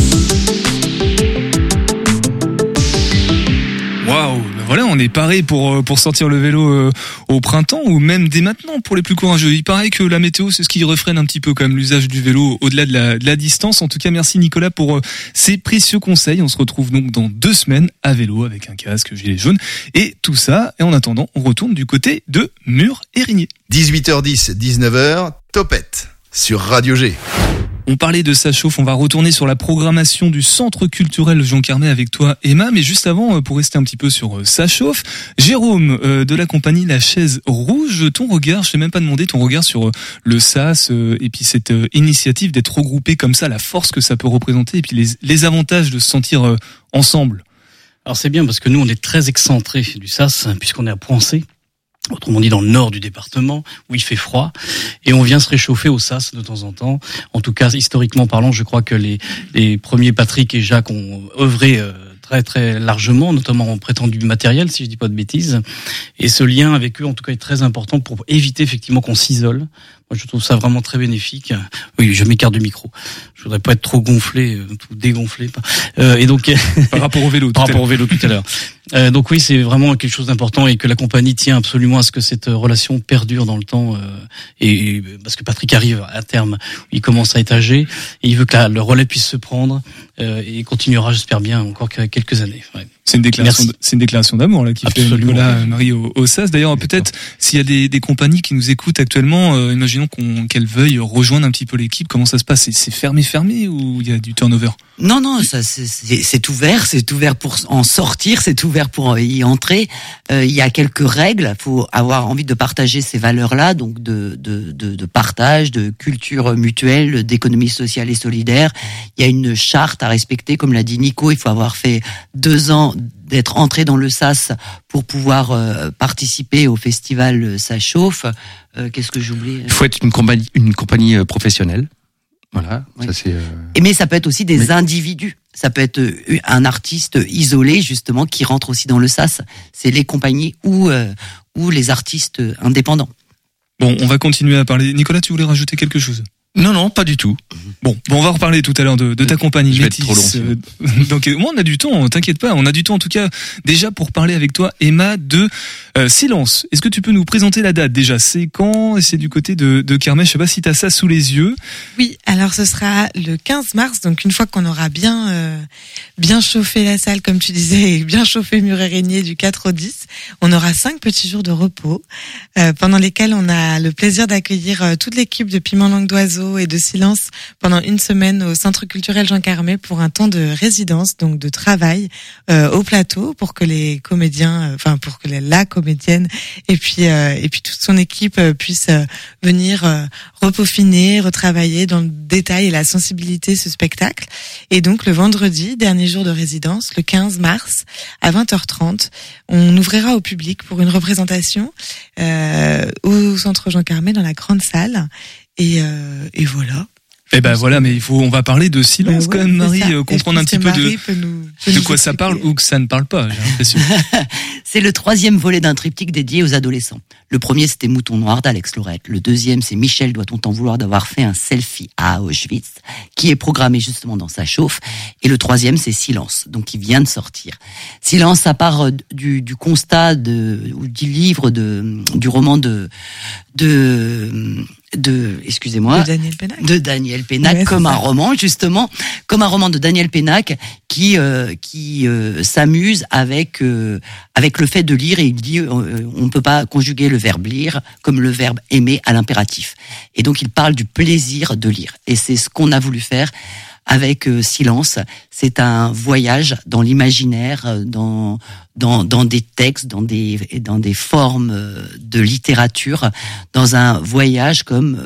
Waouh, voilà, on est paré pour sortir le vélo au printemps ou même dès maintenant pour les plus courageux. Il paraît que la météo, c'est ce qui refrène un petit peu quand même l'usage du vélo au-delà de la distance. En tout cas, merci Nicolas pour ces précieux conseils. On se retrouve donc dans 2 semaines à vélo avec un casque, gilet jaune et tout ça. Et en attendant, on retourne du côté de Mur-Érigné. 18h10, 19h, Topette sur Radio G. On parlait de Ça chauffe, on va retourner sur la programmation du Centre culturel Jean Carmet avec toi Emma, mais juste avant, pour rester un petit peu sur Ça chauffe, Jérôme de la compagnie La Chaise Rouge, ton regard, je t'ai même pas demandé ton regard sur le SAS et puis cette initiative d'être regroupé comme ça, la force que ça peut représenter et puis les avantages de se sentir ensemble. Alors c'est bien parce que nous on est très excentrés du SAS puisqu'on est à Poincé. Autrement dit dans le nord du département où il fait froid et on vient se réchauffer au SAS de temps en temps. En tout cas, historiquement parlant, je crois que les premiers Patrick et Jacques ont œuvré très très largement, notamment en prêtant du matériel, si je dis pas de bêtises. Et ce lien avec eux, en tout cas, est très important pour éviter effectivement qu'on s'isole. Moi, Moi, je trouve ça vraiment très bénéfique. Oui, je m'écarte du micro. Je voudrais pas être trop gonflé, tout dégonflé. Et donc par rapport au vélo. Par rapport au vélo tout à l'heure. Donc oui, c'est vraiment quelque chose d'important et que la compagnie tient absolument à ce que cette relation perdure dans le temps. Et parce que Patrick arrive à terme, il commence à être âgé et il veut que le relais puisse se prendre et il continuera, j'espère bien, encore quelques années. Ouais. C'est une déclaration d'amour là qui fait Nicolas Marie au SAS. D'ailleurs, peut-être s'il y a des compagnies qui nous écoutent actuellement, imaginons qu'elles veuillent rejoindre un petit peu l'équipe. Comment ça se passe ? C'est fermé ou il y a du turnover ? Non, ça c'est ouvert pour en sortir, c'est ouvert pour y entrer. Il y a quelques règles. Faut avoir envie de partager ces valeurs-là, donc de partage, de culture mutuelle, d'économie sociale et solidaire. Il y a une charte à respecter, comme l'a dit Nico. Il faut avoir fait 2 ans d'être entré dans le SAS pour pouvoir participer au festival Ça chauffe. Qu'est-ce que j'oublie ? Il faut être une compagnie professionnelle. Voilà, oui. Ça c'est. Mais ça peut être aussi des individus. Ça peut être un artiste isolé justement qui rentre aussi dans le SAS. C'est les compagnies ou les artistes indépendants. Bon, on va continuer à parler. Nicolas, tu voulais rajouter quelque chose ? Non, pas du tout. Bon, on va reparler tout à l'heure de ta compagnie Métis. Trop long, donc, moi, on a du temps, t'inquiète pas. On a du temps, en tout cas, déjà pour parler avec toi, Emma, de Silence. Est-ce que tu peux nous présenter la date déjà ? C'est quand ? Et c'est du côté de Kermesse. Je sais pas si t'as ça sous les yeux. Oui, alors ce sera le 15 mars. Donc, une fois qu'on aura bien chauffé la salle, comme tu disais, et bien chauffé Mur et Régnier du 4 au 10, on aura 5 petits jours de repos, pendant lesquels on a le plaisir d'accueillir toute l'équipe de Piment Langue d'Oiseau et de Silence pendant une semaine au Centre culturel Jean Carmet pour un temps de résidence, donc de travail au plateau pour que les comédiens, pour que la comédienne et puis toute son équipe puissent venir repeaufiner, retravailler dans le détail et la sensibilité ce spectacle. Et donc le vendredi, dernier jour de résidence, le 15 mars à 20h30, on ouvrira au public pour une représentation au Centre Jean Carmet dans la grande salle. Et voilà. Eh ben voilà, mais on va parler de Silence quand même, Marie, comprendre un petit peu de quoi ça parle ou que ça ne parle pas, j'ai l'impression. C'est le 3e volet d'un triptyque dédié aux adolescents. Le premier, c'était Mouton Noir d'Alex Lorette. Le deuxième, c'est Michel, doit-on t'en vouloir d'avoir fait un selfie à Auschwitz, qui est programmé justement dans Ça chauffe. Et le troisième, c'est Silence, donc qui vient de sortir. Silence, ça part du constat ou du livre du roman de Daniel Pénac, ouais, comme un roman justement, comme un roman de Daniel Pénac qui s'amuse avec le fait de lire, et il dit on ne peut pas conjuguer le verbe lire comme le verbe aimer à l'impératif. Et donc il parle du plaisir de lire, et c'est ce qu'on a voulu faire avec Silence. C'est un voyage dans l'imaginaire, dans des textes, dans des formes de littérature, dans un voyage comme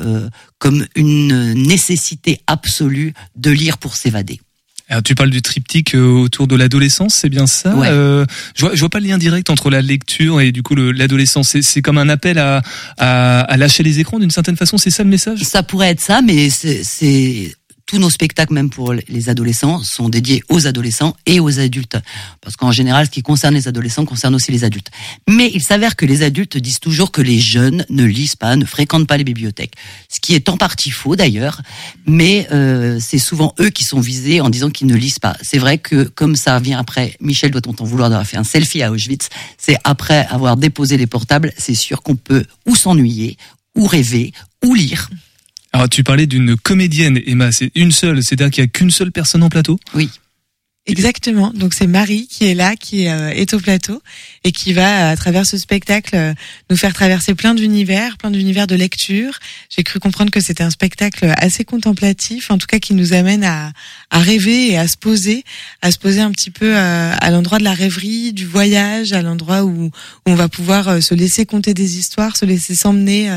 une nécessité absolue de lire pour s'évader. Alors tu parles du triptyque autour de l'adolescence, c'est bien ça? Ouais. Je vois pas le lien direct entre la lecture et du coup l'adolescence. C'est comme un appel à lâcher les écrans d'une certaine façon. C'est ça le message? Ça pourrait être ça, mais c'est tous nos spectacles, même pour les adolescents, sont dédiés aux adolescents et aux adultes. Parce qu'en général, ce qui concerne les adolescents concerne aussi les adultes. Mais il s'avère que les adultes disent toujours que les jeunes ne lisent pas, ne fréquentent pas les bibliothèques. Ce qui est en partie faux d'ailleurs, mais c'est souvent eux qui sont visés en disant qu'ils ne lisent pas. C'est vrai que comme ça vient après, Michel, doit-on t'en vouloir d'avoir fait un selfie à Auschwitz, c'est après avoir déposé les portables, c'est sûr qu'on peut ou s'ennuyer, ou rêver, ou lire. Alors tu parlais d'une comédienne, Emma, c'est une seule, c'est-à-dire qu'il n'y a qu'une seule personne en plateau? Oui. Exactement. Donc c'est Marie qui est là, qui est au plateau et qui va, à travers ce spectacle, nous faire traverser plein d'univers de lecture. J'ai cru comprendre que c'était un spectacle assez contemplatif, en tout cas qui nous amène à rêver et à se poser un petit peu à l'endroit de la rêverie, du voyage, à l'endroit où on va pouvoir se laisser conter des histoires, se laisser s'emmener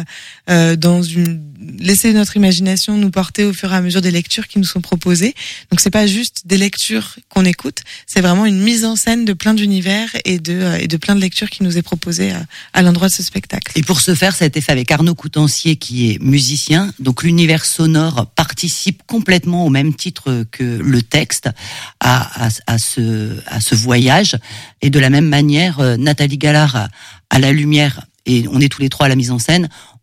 laisser notre imagination nous porter au fur et à mesure des lectures qui nous sont proposées. Donc c'est pas juste des lectures qu'on écoute, c'est vraiment une mise en scène de plein d'univers et de plein de lectures qui nous est proposée à l'endroit de ce spectacle. Et pour ce faire, ça a été fait avec Arnaud Coutancier qui est musicien. Donc l'univers sonore participe complètement au même titre que le texte à ce voyage. Et de la même manière, Nathalie Gallard à la lumière, et on est tous les trois à la mise en scène.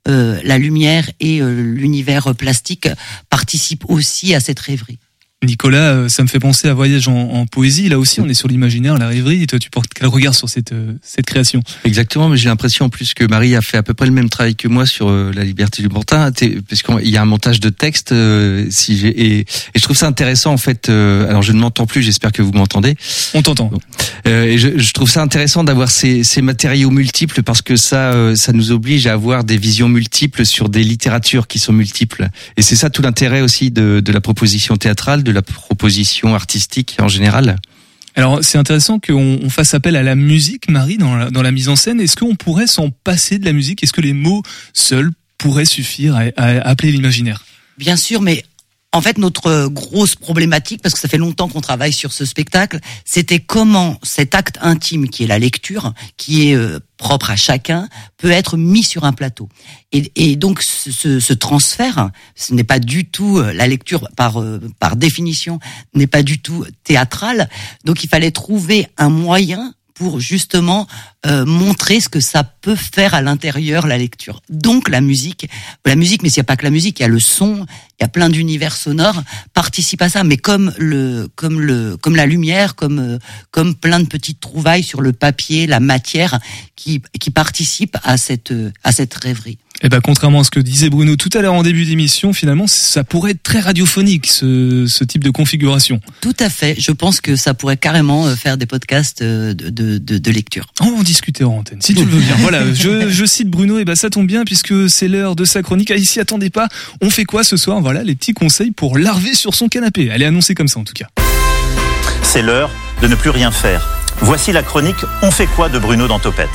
la lumière et l'univers plastique participent aussi à cette rêverie. Nicolas, ça me fait penser à Voyage en poésie. Là aussi, on est sur l'imaginaire, la rêverie. Et toi, tu portes quel regard sur cette création? Exactement, mais j'ai l'impression en plus que Marie a fait à peu près le même travail que moi sur la liberté du montant, parce qu'il y a un montage de texte. Et je trouve ça intéressant en fait. Alors je ne m'entends plus, j'espère que vous m'entendez. On t'entend. Et je trouve ça intéressant d'avoir ces matériaux multiples parce que ça nous oblige à avoir des visions multiples sur des littératures qui sont multiples. Et c'est ça tout l'intérêt aussi de la proposition théâtrale, de la proposition artistique en général. Alors c'est intéressant qu'on fasse appel à la musique, Marie, dans la mise en scène. Est-ce qu'on pourrait s'en passer de la musique? Est-ce que les mots seuls pourraient suffire à appeler l'imaginaire? Bien sûr, mais en fait, notre grosse problématique, parce que ça fait longtemps qu'on travaille sur ce spectacle, c'était comment cet acte intime qui est la lecture, qui est propre à chacun, peut être mis sur un plateau. Et donc, ce transfert, ce n'est pas du tout la lecture par définition, n'est pas du tout théâtrale. Donc, il fallait trouver un moyen pour justement montrer ce que ça peut faire à l'intérieur la lecture. Donc la musique, mais s'il n'y a pas que la musique, il y a le son, il y a plein d'univers sonores participent à ça. Mais comme la lumière, comme plein de petites trouvailles sur le papier, la matière qui participent à cette rêverie. Eh ben, contrairement à ce que disait Bruno tout à l'heure en début d'émission, finalement, ça pourrait être très radiophonique, ce type de configuration. Tout à fait. Je pense que ça pourrait carrément faire des podcasts de lecture. On va en discuter en antenne, si tu le veux bien. Voilà, je cite Bruno, et ben, ça tombe bien puisque c'est l'heure de sa chronique. Ah, ici, attendez pas. On fait quoi ce soir? Voilà, les petits conseils pour larver sur son canapé. Elle est annoncée comme ça, en tout cas. C'est l'heure de ne plus rien faire. Voici la chronique On fait quoi de Bruno dans Topette.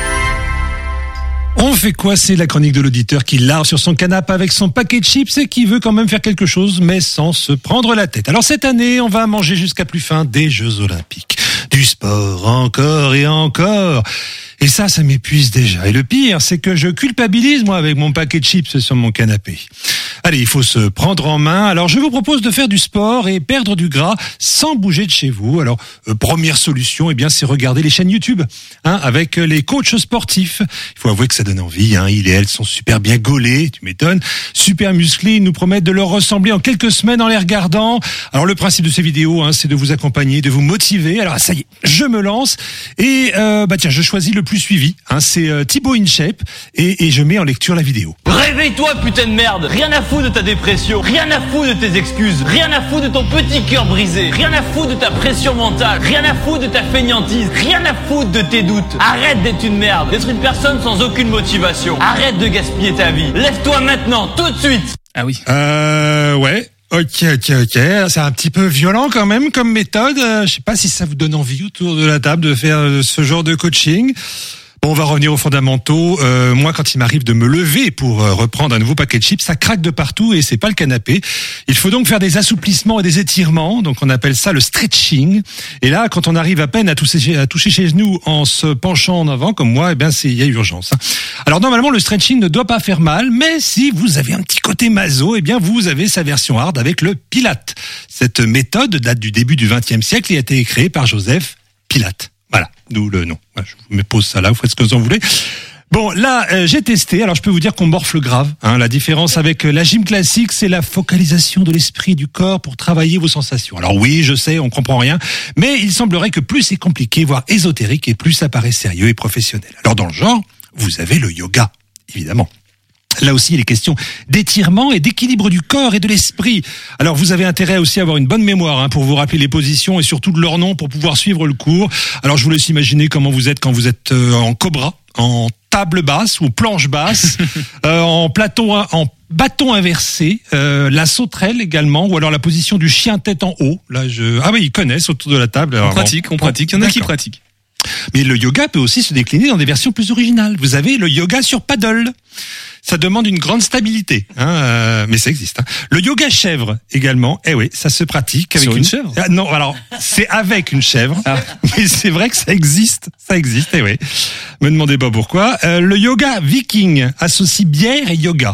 On fait quoi? C'est la chronique de l'auditeur qui larve sur son canapé avec son paquet de chips et qui veut quand même faire quelque chose, mais sans se prendre la tête. Alors cette année, on va manger jusqu'à plus faim des Jeux Olympiques. Du sport, encore et encore. Et ça m'épuise déjà. Et le pire, c'est que je culpabilise, moi, avec mon paquet de chips sur mon canapé. Allez, il faut se prendre en main. Alors, je vous propose de faire du sport et perdre du gras sans bouger de chez vous. Alors, première solution, eh bien, c'est regarder les chaînes YouTube, avec les coachs sportifs. Il faut avouer que ça donne envie, Ils et elles sont super bien gaulés, tu m'étonnes. Super musclés, ils nous promettent de leur ressembler en quelques semaines en les regardant. Alors, le principe de ces vidéos, c'est de vous accompagner, de vous motiver. Alors, ça y est, je me lance. Et, tiens, je choisis le plus suivi, c'est Thibaut InShape et je mets en lecture la vidéo. Réveille-toi, putain de merde. Rien à foutre de ta dépression, rien à foutre de tes excuses, rien à foutre de ton petit cœur brisé, rien à foutre de ta pression mentale, rien à foutre de ta fainéantise, rien à foutre de tes doutes. Arrête d'être une merde, d'être une personne sans aucune motivation. Arrête de gaspiller ta vie. Lève-toi maintenant, tout de suite. Ah oui. Ouais. Ok. C'est un petit peu violent quand même comme méthode. Je sais pas si ça vous donne envie autour de la table de faire ce genre de coaching. Bon, on va revenir aux fondamentaux. Moi, quand il m'arrive de me lever pour reprendre un nouveau paquet de chips, ça craque de partout et c'est pas le canapé. Il faut donc faire des assouplissements et des étirements. Donc, on appelle ça le stretching. Et là, quand on arrive à peine à toucher chez nous en se penchant en avant, comme moi, il y a urgence. Alors, normalement, le stretching ne doit pas faire mal, mais si vous avez un petit côté maso, vous avez sa version hard avec le Pilate. Cette méthode date du début du XXe siècle et a été créée par Joseph Pilate. Voilà, d'où le nom. Je vous me pose ça là, vous faites ce que vous en voulez. Bon, là, j'ai testé, alors je peux vous dire qu'on morfle grave. La différence avec la gym classique, c'est la focalisation de l'esprit du corps pour travailler vos sensations. Alors oui, je sais, on comprend rien, mais il semblerait que plus c'est compliqué, voire ésotérique, et plus ça paraît sérieux et professionnel. Alors dans le genre, vous avez le yoga, évidemment. Là aussi, il est question d'étirement et d'équilibre du corps et de l'esprit. Alors, vous avez intérêt aussi à avoir une bonne mémoire pour vous rappeler les positions et surtout de leur nom pour pouvoir suivre le cours. Alors, je vous laisse imaginer comment vous êtes quand vous êtes en cobra, en table basse ou planche basse, en bâton inversé, la sauterelle également, ou alors la position du chien tête en haut. Là, ah oui, ils connaissent autour de la table. Alors, on pratique. Il y en a qui pratiquent. Mais le yoga peut aussi se décliner dans des versions plus originales. Vous avez le yoga sur paddle. Ça demande une grande stabilité, mais ça existe. Le yoga chèvre également, oui, ça se pratique avec une chèvre. Non, alors c'est avec une chèvre, mais c'est vrai que ça existe, oui. Me demandez pas pourquoi. Le yoga viking associe bière et yoga.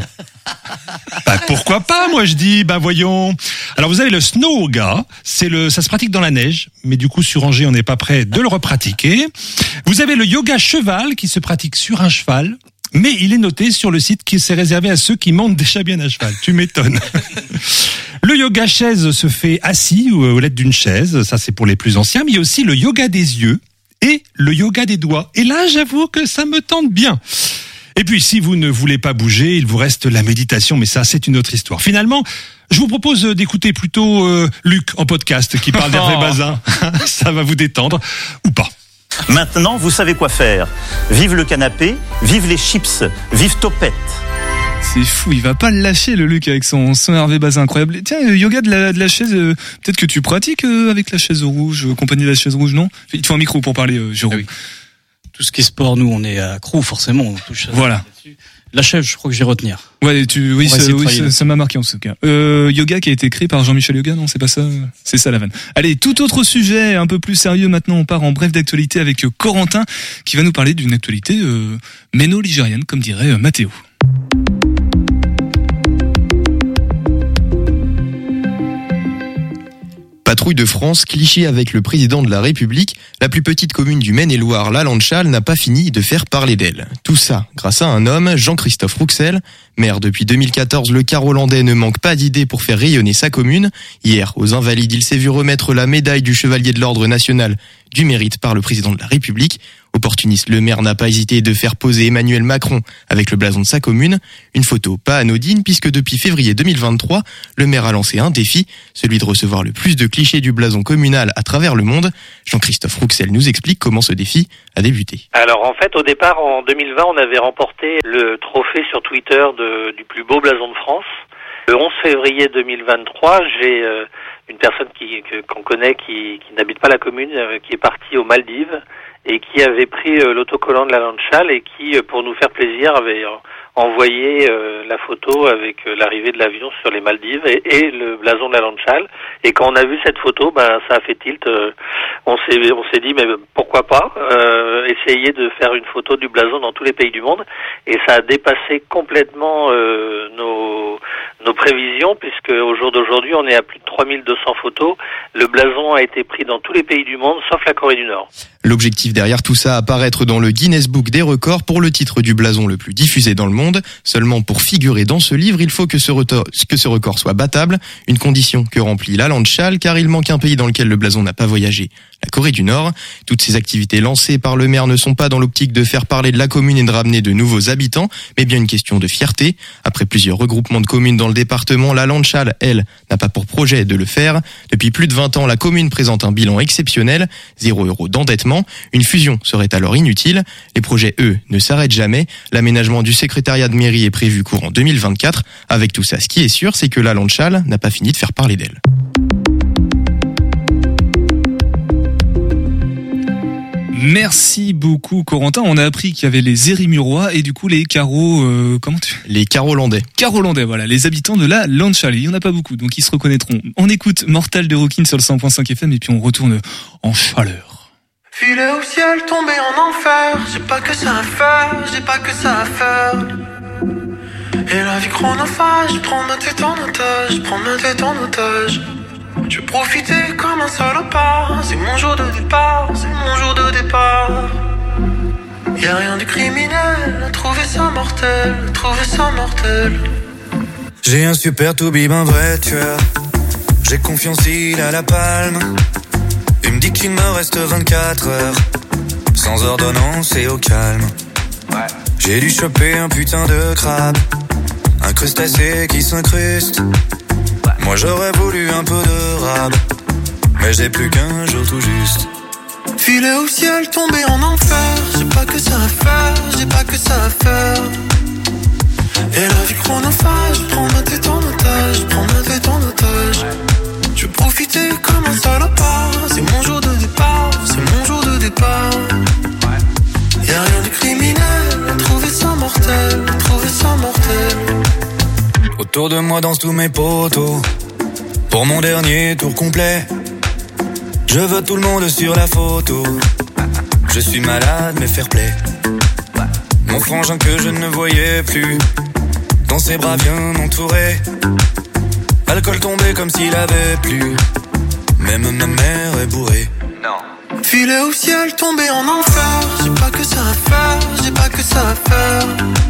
Pourquoi pas, moi je dis, voyons. Alors vous avez le snow yoga, ça se pratique dans la neige, mais du coup sur Angers on n'est pas prêt de le repratiquer. Vous avez le yoga cheval qui se pratique sur un cheval. Mais il est noté sur le site que c'est réservé à ceux qui montent déjà bien à cheval. Tu m'étonnes. Le yoga chaise se fait assis ou à l'aide d'une chaise. Ça, c'est pour les plus anciens. Mais il y a aussi le yoga des yeux et le yoga des doigts. Et là, j'avoue que ça me tente bien. Et puis, si vous ne voulez pas bouger, il vous reste la méditation. Mais ça, c'est une autre histoire. Finalement, je vous propose d'écouter plutôt Luc en podcast qui parle d'Hervé Bazin. Ça va vous détendre ou pas. Maintenant, vous savez quoi faire. Vive le canapé, vive les chips, vive Topette. C'est fou, il va pas le lâcher le Luc avec son Hervé Bazin incroyable. Tiens, yoga de la chaise, peut-être que tu pratiques avec la chaise rouge, compagnie de la chaise rouge, non ? Il te faut un micro pour parler, Jérôme. Ah oui. Tout ce qui est sport, nous, on est accro, forcément, on touche voilà. La chaise, je crois que j'ai retenir. Ouais, ça m'a marqué en tout cas. Yoga qui a été créé par Jean-Michel Yoga, non, c'est pas ça, c'est ça la vanne. Allez, tout autre sujet, un peu plus sérieux maintenant, on part en bref d'actualité avec Corentin qui va nous parler d'une actualité méno-ligérienne, comme dirait Mathéo. Patrouille de France, cliché avec le président de la République, la plus petite commune du Maine-et-Loire, la Landchal, n'a pas fini de faire parler d'elle. Tout ça grâce à un homme, Jean-Christophe Rouxel. Maire depuis 2014, le Carolandais ne manque pas d'idées pour faire rayonner sa commune. Hier, aux Invalides, il s'est vu remettre la médaille du Chevalier de l'Ordre national du mérite par le président de la République. Opportuniste, le maire n'a pas hésité de faire poser Emmanuel Macron avec le blason de sa commune. Une photo pas anodine puisque depuis février 2023, le maire a lancé un défi, celui de recevoir le plus de clichés du blason communal à travers le monde. Jean-Christophe Rouxel nous explique comment ce défi a débuté. Alors en fait, au départ, en 2020, on avait remporté le trophée sur Twitter du plus beau blason de France. Le 11 février 2023, j'ai une personne qu'on connaît qui n'habite pas la commune, qui est partie aux Maldives et qui avait pris l'autocollant de la Landchal et qui, pour nous faire plaisir, avait envoyé la photo avec l'arrivée de l'avion sur les Maldives et le blason de la Landchal. Et quand on a vu cette photo, ça a fait tilt. On s'est dit, mais pourquoi pas essayer de faire une photo du blason dans tous les pays du monde. Et ça a dépassé complètement nos prévisions, puisque au jour d'aujourd'hui, on est à plus de 3200 photos. Le blason a été pris dans tous les pays du monde, sauf la Corée du Nord. L'objectif derrière tout ça, apparaître dans le Guinness Book des records pour le titre du blason le plus diffusé dans le monde. Seulement pour figurer dans ce livre, il faut que ce record soit battable, une condition que remplit la Landchal, car il manque un pays dans lequel le blason n'a pas voyagé, la Corée du Nord. Toutes ces activités lancées par le maire ne sont pas dans l'optique de faire parler de la commune et de ramener de nouveaux habitants, mais bien une question de fierté. Après plusieurs regroupements de communes dans le département, la Landchal, elle, n'a pas pour projet de le faire. Depuis plus de 20 ans, la commune présente un bilan exceptionnel, 0 € d'endettement. Une fusion serait alors inutile. Les projets, eux, ne s'arrêtent jamais. L'aménagement du secrétariat de mairie est prévu courant 2024. Avec tout ça, ce qui est sûr, c'est que la Landchal n'a pas fini de faire parler d'elle. Merci beaucoup Corentin. On a appris qu'il y avait les Érimurois et du coup les les Carolandais. Carolandais, voilà, les habitants de la Landchal. Il y en a pas beaucoup, donc ils se reconnaîtront. On écoute Mortal de Rockin sur le 100.5 FM et puis on retourne en chaleur. Filer au ciel, tomber en enfer. J'ai pas que ça à faire, j'ai pas que ça à faire. Et la vie chronophage, prends ma tête en otage. Je vais profiter comme un salopard. C'est mon jour de départ. Y'a rien de criminel, trouver ça mortel. J'ai un super toubib, un vrai tueur. J'ai confiance, il a la palme. Il me dit qu'il me reste 24 heures. Sans ordonnance et au calme. J'ai dû choper un putain de crabe. Un crustacé qui s'incruste. Moi j'aurais voulu un peu de rab, mais j'ai plus qu'un jour tout juste. Filer au ciel, tomber en enfer. J'ai pas que ça à faire. Et la vie chronophage, prends ma tête en otage. Je veux profiter comme un salopard. C'est mon jour de départ. Y'a rien de criminel, trouver ça mortel. Autour de moi dansent tous mes potos. Pour mon dernier tour complet, je veux tout le monde sur la photo. Je suis malade mais fair play. Mon frangin que je ne voyais plus, dans ses bras bien entouré. Alcool tombé comme s'il avait plu. Même ma mère est bourrée. Filer au ciel, tomber en enfer. J'ai pas que ça à faire.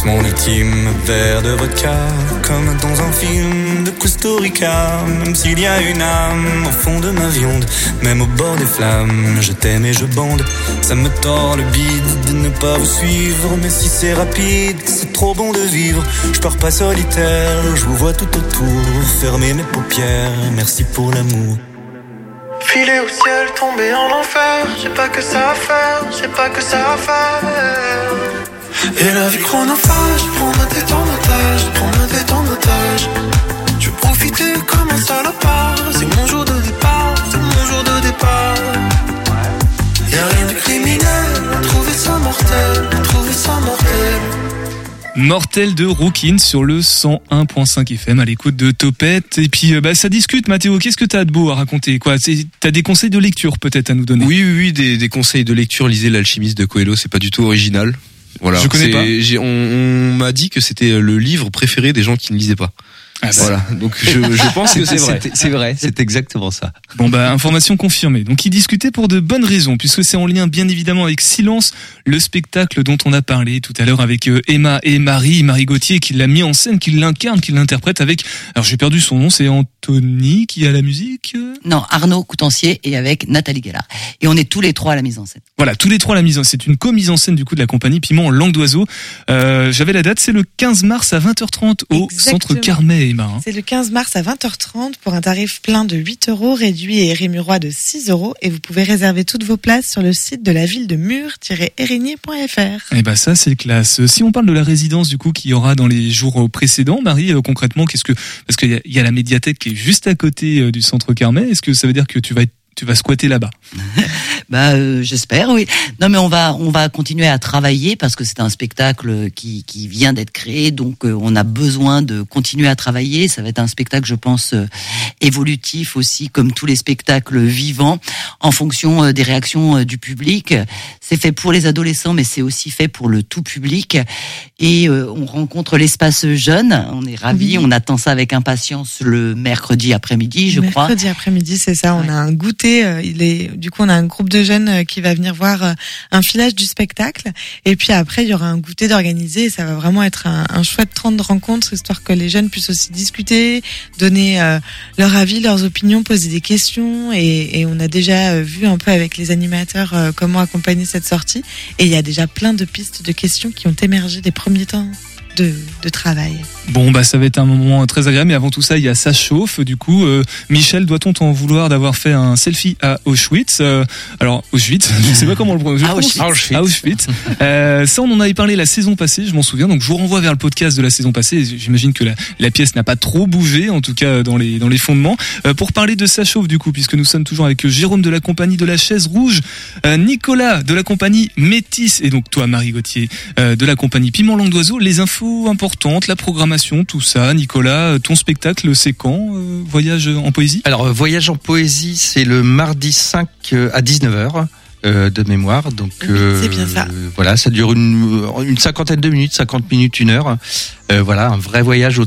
mon ultime verre de vodka, comme dans un film de Costa Rica. Même s'il y a une âme au fond de ma viande, même au bord des flammes, je t'aime et je bande. Ça me tord le bide de ne pas vous suivre, mais si c'est rapide, c'est trop bon de vivre. Je pars pas solitaire, je vous vois tout autour, fermer mes paupières, merci pour l'amour. Filer au ciel, tomber en enfer, j'ai pas que ça à faire, j'ai pas que ça à faire. Et la vie chronophage, prends ma tête en otage, prends ma tête en otage. Je veux profiter comme un salopard, c'est mon jour de départ, c'est mon jour de départ. Y'a rien de criminel, trouver ça mortel, trouver ça mortel. Mortel de Rookin sur le 101.5 FM à l'écoute de Topette. Et puis ça discute, Mathéo, qu'est-ce que t'as de beau à raconter, quoi? T'as des conseils de lecture peut-être à nous donner? Oui, des conseils de lecture. Lisez L'Alchimiste de Coelho, c'est pas du tout original. Voilà. Je connais pas. On m'a dit que c'était le livre préféré des gens qui ne lisaient pas. Ah bah. Voilà, donc je pense que c'est vrai. C'est vrai, c'est exactement ça. Bon information confirmée. Donc il discutait pour de bonnes raisons, puisque c'est en lien bien évidemment avec Silence, le spectacle dont on a parlé tout à l'heure avec Emma et Marie Gauthier, qui l'a mis en scène, qui l'incarne, qui l'interprète avec, alors j'ai perdu son nom, c'est Anthony qui a la musique? Non, Arnaud Coutancier et avec Nathalie Gallard. Et on est tous les trois à la mise en scène. Voilà, tous les trois à la mise en scène. C'est une co-mise en scène du coup de la compagnie Piment en langue d'oiseau. J'avais la date, c'est le 15 mars à 20h30 au Centre Carmet, Emma. C'est le 15 mars à 20h30 pour un tarif plein de 8 €, réduit et rémurois de 6 €. Et vous pouvez réserver toutes vos places sur le site de la ville de mur-érigné.fr. Et ça c'est classe. Si on parle de la résidence du coup qu'il y aura dans les jours précédents, Marie, concrètement, parce qu'il y a la médiathèque qui est juste à côté du Centre Carmet, est-ce que ça veut dire que tu vas squatter là-bas? J'espère, oui. Non, mais on va continuer à travailler parce que c'est un spectacle qui vient d'être créé, donc on a besoin de continuer à travailler. Ça va être un spectacle, je pense, évolutif aussi, comme tous les spectacles vivants, en fonction des réactions du public. C'est fait pour les adolescents, mais c'est aussi fait pour le tout public. Et on rencontre l'espace jeune. On est ravis, on attend ça avec impatience le mercredi après-midi, je crois. Mercredi après-midi, c'est ça. On a un goûter. Du coup, on a un groupe de jeunes qui va venir voir un filage du spectacle. Et puis après, il y aura un goûter d'organiser. Et ça va vraiment être un chouette temps de rencontre, histoire que les jeunes puissent aussi discuter, donner leur avis, leurs opinions, poser des questions. Et on a déjà vu un peu avec les animateurs comment accompagner cette sortie. Et il y a déjà plein de pistes de questions qui ont émergé des premiers temps de travail. Bon, ça va être un moment très agréable, mais avant tout ça, il y a Ça chauffe. Du coup, Michel, doit-on t'en vouloir d'avoir fait un selfie à Auschwitz? Alors, Auschwitz, je ne sais pas comment on le prononce. Auschwitz. Ça, on en avait parlé la saison passée, je m'en souviens. Donc, je vous renvoie vers le podcast de la saison passée. J'imagine que la pièce n'a pas trop bougé, en tout cas dans les fondements. Pour parler de Ça chauffe, du coup, puisque nous sommes toujours avec Jérôme de la compagnie de la Chaise Rouge, Nicolas de la compagnie Métis, et donc toi, Marie Gauthier, de la compagnie Piment Langue d'Oiseau. Les infos importantes, la programmation, tout ça. Nicolas, ton spectacle, c'est quand, Voyage en poésie? Alors, Voyage en poésie, c'est le mardi 5 à 19h. De mémoire, donc c'est bien ça. Voilà, ça dure une cinquantaine de minutes, 50 minutes, 1 heure. Voilà, un vrai voyage à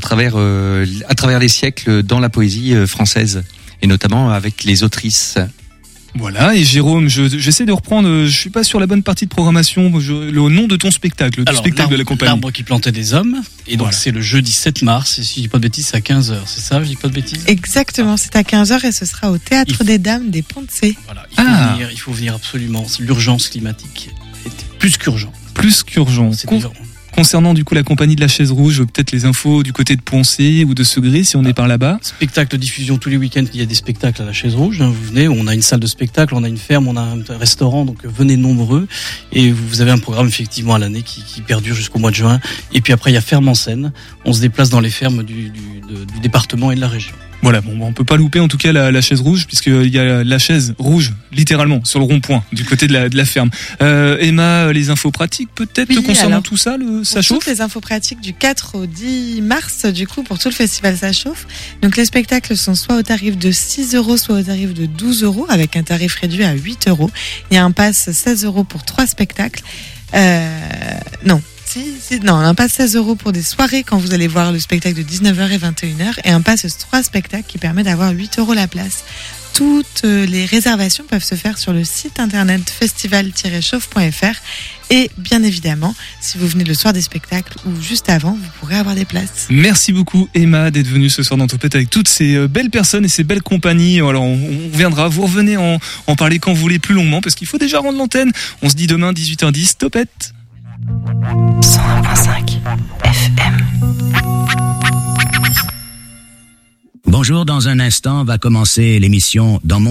travers les siècles dans la poésie française, et notamment avec les autrices. Voilà, et Jérôme, j'essaie de reprendre, je suis pas sur la bonne partie de programmation, le nom de ton spectacle, du spectacle de la compagnie. L'Arbre qui plantait des hommes, et donc c'est le jeudi 7 mars, et si je dis pas de bêtises, c'est à 15h, c'est ça, je dis pas de bêtises? Exactement, c'est à 15h et ce sera au Théâtre des Dames des Ponts-de-Cé. Voilà, il faut venir absolument, l'urgence climatique est plus qu'urgent. Concernant du coup la compagnie de la Chaise Rouge, peut-être les infos du côté de Poncé ou de Segré si on est par là-bas. Spectacle diffusion tous les week-ends, il y a des spectacles à la Chaise Rouge. Vous venez, on a une salle de spectacle, on a une ferme, on a un restaurant, donc venez nombreux. Et vous avez un programme effectivement à l'année qui perdure jusqu'au mois de juin. Et puis après il y a Ferme en Seine. On se déplace dans les fermes du département et de la région. Voilà, on peut pas louper en tout cas la Chaise Rouge, puisqu'il y a la chaise rouge, littéralement, sur le rond-point, du côté de la ferme. Emma, les infos pratiques peut-être concernant tout ça, Ça chauffe? Toutes les infos pratiques du 4 au 10 mars, du coup, pour tout le festival Ça chauffe. Donc les spectacles sont soit au tarif de 6 €, soit au tarif de 12 €, avec un tarif réduit à 8 €. Il y a un pass 16 € pour 3 spectacles. Non. Non, un pass 16 € pour des soirées quand vous allez voir le spectacle de 19h et 21h et un pass 3 spectacles qui permet d'avoir 8 € la place. Toutes les réservations peuvent se faire sur le site internet festival-chauffe.fr et bien évidemment, si vous venez le soir des spectacles ou juste avant, vous pourrez avoir des places. Merci beaucoup Emma d'être venue ce soir dans Topette avec toutes ces belles personnes et ces belles compagnies. Alors on reviendra, vous revenez en parler quand vous voulez plus longuement parce qu'il faut déjà rendre l'antenne. On se dit demain 18h10, Topette. 101.5 FM. Bonjour, dans un instant va commencer l'émission Dans mon